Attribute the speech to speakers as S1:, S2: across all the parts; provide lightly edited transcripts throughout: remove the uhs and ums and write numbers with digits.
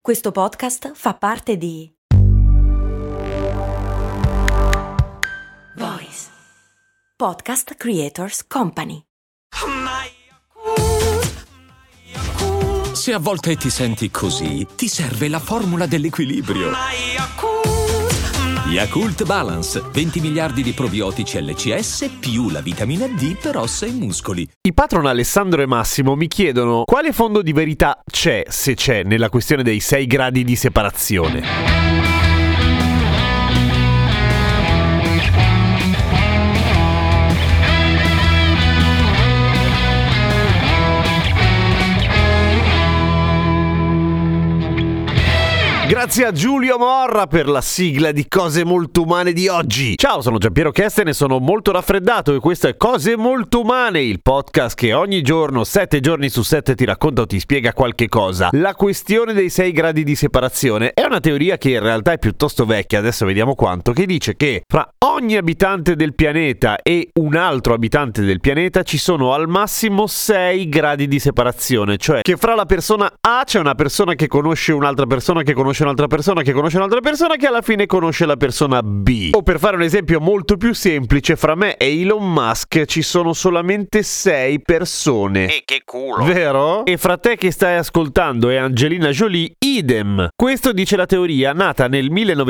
S1: Questo podcast fa parte di Voice Podcast Creators Company.
S2: Se a volte ti senti così, ti serve la formula dell'equilibrio. Yakult Balance, 20 miliardi di probiotici LCS più la vitamina D per ossa e muscoli.
S3: I patron Alessandro e Massimo mi chiedono quale fondo di verità c'è, se c'è, nella questione dei 6 gradi di separazione. Grazie a Giulio Morra per la sigla di Cose Molto Umane di oggi. Ciao, sono Giampiero Kesten e sono molto raffreddato e questo è Cose Molto Umane, il podcast che ogni giorno, 7 giorni su 7 ti racconta o ti spiega qualche cosa. La questione dei 6 gradi di separazione è una teoria che in realtà è piuttosto vecchia, adesso vediamo quanto, che dice che fra ogni abitante del pianeta e un altro abitante del pianeta ci sono al massimo 6 gradi di separazione, cioè che fra la persona A c'è una persona che conosce un'altra persona che conosce un'altra persona che conosce un'altra persona che alla fine conosce la persona B. O per fare un esempio molto più semplice, fra me e Elon Musk ci sono solamente 6 persone.
S4: E che culo!
S3: Vero? E fra te che stai ascoltando e Angelina Jolie, idem. Questo dice la teoria, nata nel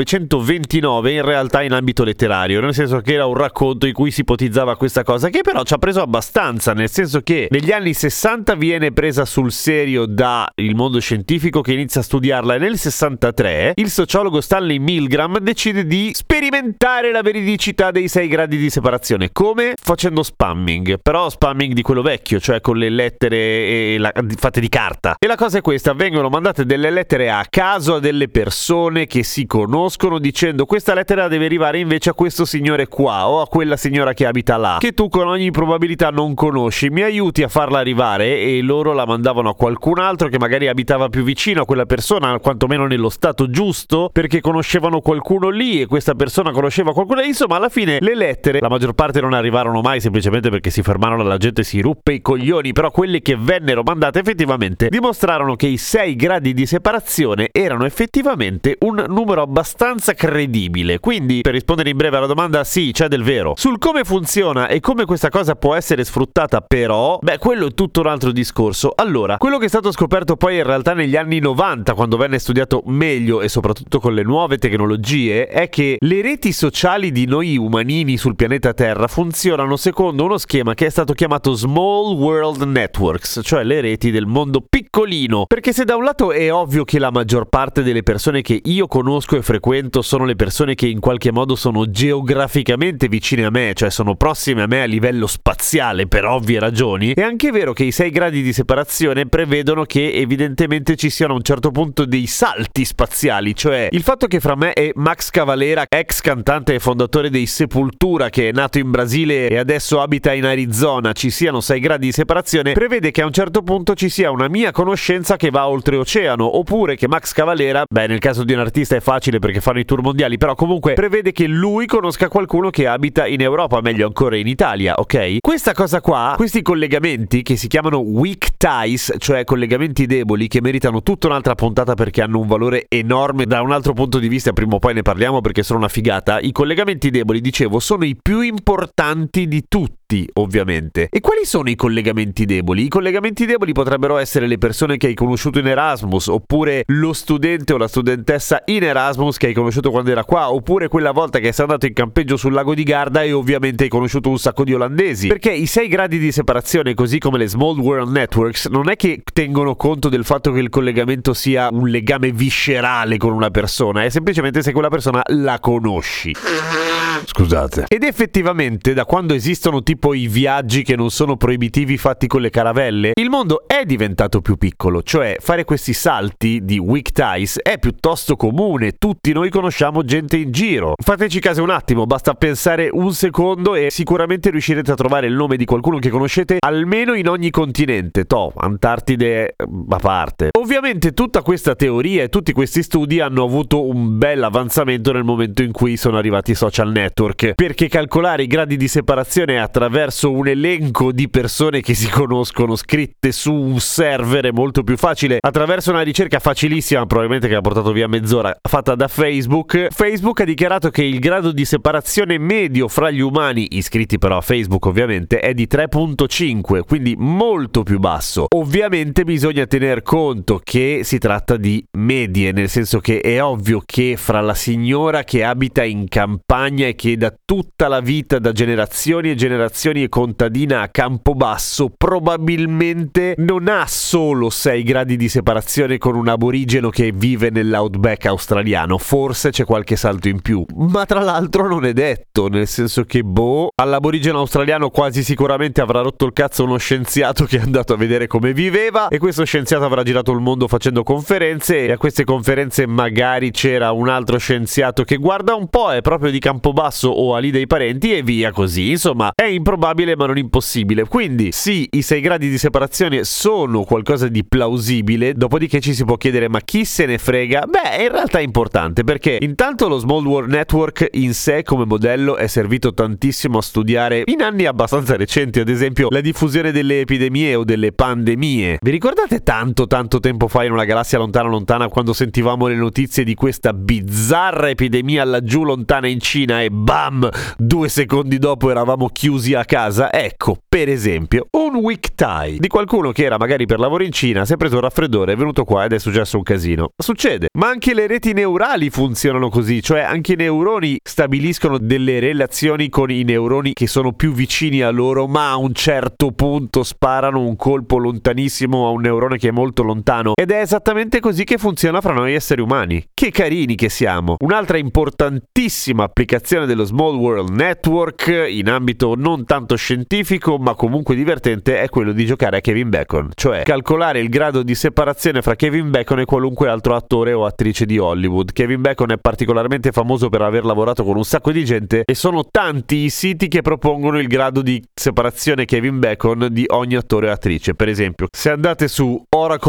S3: 1929 in realtà in ambito letterario, nel senso che era un racconto in cui si ipotizzava questa cosa, che però ci ha preso abbastanza, nel senso che negli anni 60 viene presa sul serio da il mondo scientifico che inizia a studiarla e nel 63 il sociologo Stanley Milgram decide di sperimentare la veridicità dei 6 gradi di separazione. Come? Facendo spamming, però spamming di quello vecchio, cioè con le lettere fatte di carta. E la cosa è questa: vengono mandate delle lettere a caso a delle persone che si conoscono, dicendo questa lettera deve arrivare invece a questo signore qua o a quella signora che abita là, che tu con ogni probabilità non conosci, mi aiuti a farla arrivare? E loro la mandavano a qualcun altro che magari abitava più vicino a quella persona, quantomeno nello stato giusto, perché conoscevano qualcuno lì e questa persona conosceva qualcuno. Insomma, alla fine le lettere, la maggior parte non arrivarono mai, semplicemente perché si fermarono, la gente si ruppe i coglioni, però quelle che vennero mandate effettivamente dimostrarono che i 6 gradi di separazione erano effettivamente un numero abbastanza credibile. Quindi, per rispondere in breve alla domanda, sì, c'è del vero. Sul come funziona e come questa cosa può essere sfruttata però, quello è tutto un altro discorso. Allora, quello che è stato scoperto poi in realtà negli anni 90, quando venne studiato meglio e soprattutto con le nuove tecnologie, è che le reti sociali di noi umanini sul pianeta Terra funzionano secondo uno schema che è stato chiamato Small World Networks, cioè le reti del mondo piccolino. Perché se da un lato è ovvio che la maggior parte delle persone che io conosco e frequento sono le persone che in qualche modo sono geograficamente vicine a me, cioè sono prossime a me a livello spaziale per ovvie ragioni, è anche vero che i 6 gradi di separazione prevedono che evidentemente ci siano a un certo punto dei salti spaziali, cioè il fatto che fra me e Max Cavalera, ex cantante e fondatore dei Sepultura, che è nato in Brasile e adesso abita in Arizona, ci siano 6 gradi di separazione, prevede che a un certo punto ci sia una mia conoscenza che va oltreoceano, oppure che Max Cavalera, nel caso di un artista è facile perché fanno i tour mondiali, però comunque prevede che lui conosca qualcuno che abita in Europa, meglio ancora in Italia, ok? Questa cosa qua, questi collegamenti che si chiamano weak ties, cioè collegamenti deboli, che meritano tutta un'altra puntata perché hanno un valore enorme da un altro punto di vista, prima o poi ne parliamo perché sono una figata. I collegamenti deboli, dicevo, sono i più importanti di tutti, ovviamente. E quali sono i collegamenti deboli? I collegamenti deboli potrebbero essere le persone che hai conosciuto in Erasmus, oppure lo studente o la studentessa in Erasmus che hai conosciuto quando era qua, oppure quella volta che sei andato in campeggio sul lago di Garda e ovviamente hai conosciuto un sacco di olandesi. Perché i 6 gradi di separazione, così come le Small World Networks, non è che tengono conto del fatto che il collegamento sia un legame viscerale con una persona, è semplicemente se quella persona la conosci. Scusate. Ed effettivamente, da quando esistono tipo i viaggi che non sono proibitivi fatti con le caravelle, il mondo è diventato più piccolo, cioè fare questi salti di weak ties è piuttosto comune, tutti noi conosciamo gente in giro. Fateci caso un attimo, basta pensare un secondo e sicuramente riuscirete a trovare il nome di qualcuno che conoscete almeno in ogni continente, Antartide a parte. Ovviamente tutta questa teoria e tutti questi studi hanno avuto un bel avanzamento nel momento in cui sono arrivati i social network, Network, perché calcolare i gradi di separazione attraverso un elenco di persone che si conoscono scritte su un server è molto più facile. Attraverso una ricerca facilissima, probabilmente che ha portato via mezz'ora, fatta da Facebook ha dichiarato che il grado di separazione medio fra gli umani, iscritti però a Facebook ovviamente, è di 3.5, quindi molto più basso. Ovviamente bisogna tener conto che si tratta di medie, nel senso che è ovvio che fra la signora che abita in campagna e che da tutta la vita, da generazioni e generazioni, è contadina a Campobasso, probabilmente non ha solo 6 gradi di separazione con un aborigeno che vive nell'outback australiano, forse c'è qualche salto in più, ma tra l'altro non è detto, nel senso che all'aborigeno australiano quasi sicuramente avrà rotto il cazzo uno scienziato che è andato a vedere come viveva, e questo scienziato avrà girato il mondo facendo conferenze, e a queste conferenze magari c'era un altro scienziato che guarda un po' è proprio di Campobasso o ha lì dei parenti e via così. Insomma, è improbabile ma non impossibile. Quindi sì, i 6 gradi di separazione sono qualcosa di plausibile, dopodiché ci si può chiedere ma chi se ne frega? Beh, in realtà è importante, perché intanto lo Small World Network in sé come modello è servito tantissimo a studiare in anni abbastanza recenti, ad esempio la diffusione delle epidemie o delle pandemie. Vi ricordate tanto tempo fa in una galassia lontana quando sentivamo le notizie di questa bizzarra epidemia laggiù lontana in Cina e bam, 2 secondi dopo eravamo chiusi a casa? Ecco, per esempio, un weak tie di qualcuno che era magari per lavoro in Cina, si è preso un raffreddore, è venuto qua ed è successo un casino. Succede. Ma anche le reti neurali funzionano così, cioè anche i neuroni stabiliscono delle relazioni con i neuroni che sono più vicini a loro, ma a un certo punto sparano un colpo lontanissimo a un neurone che è molto lontano, ed è esattamente così che funziona fra noi esseri umani. Che carini che siamo. Un'altra importantissima applicazione dello Small World Network in ambito non tanto scientifico ma comunque divertente è quello di giocare a Kevin Bacon, cioè calcolare il grado di separazione fra Kevin Bacon e qualunque altro attore o attrice di Hollywood. Kevin Bacon è particolarmente famoso per aver lavorato con un sacco di gente e sono tanti i siti che propongono il grado di separazione Kevin Bacon di ogni attore o attrice. Per esempio, se andate su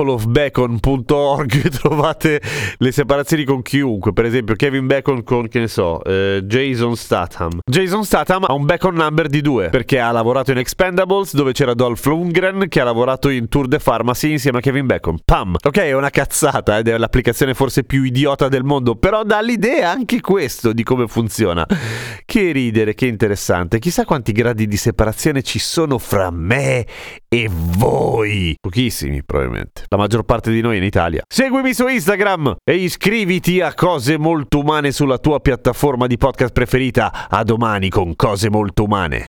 S3: oracleofbacon.org trovate le separazioni con chiunque. Per esempio Kevin Bacon con, che ne so, Jason Statham. Jason Statham ha un Bacon number di 2 perché ha lavorato in Expendables, dove c'era Dolph Lundgren che ha lavorato in Tour de Pharmacy insieme a Kevin Bacon. Pam! Ok, è una cazzata ed è l'applicazione forse più idiota del mondo, però dà l'idea anche questo di come funziona. Che ridere, che interessante. Chissà quanti gradi di separazione ci sono fra me e voi. Pochissimi probabilmente. La maggior parte di noi in Italia. Seguimi su Instagram e iscriviti a Cose Molto Umane sulla tua piattaforma di podcast preferita. A domani con Cose Molto Umane.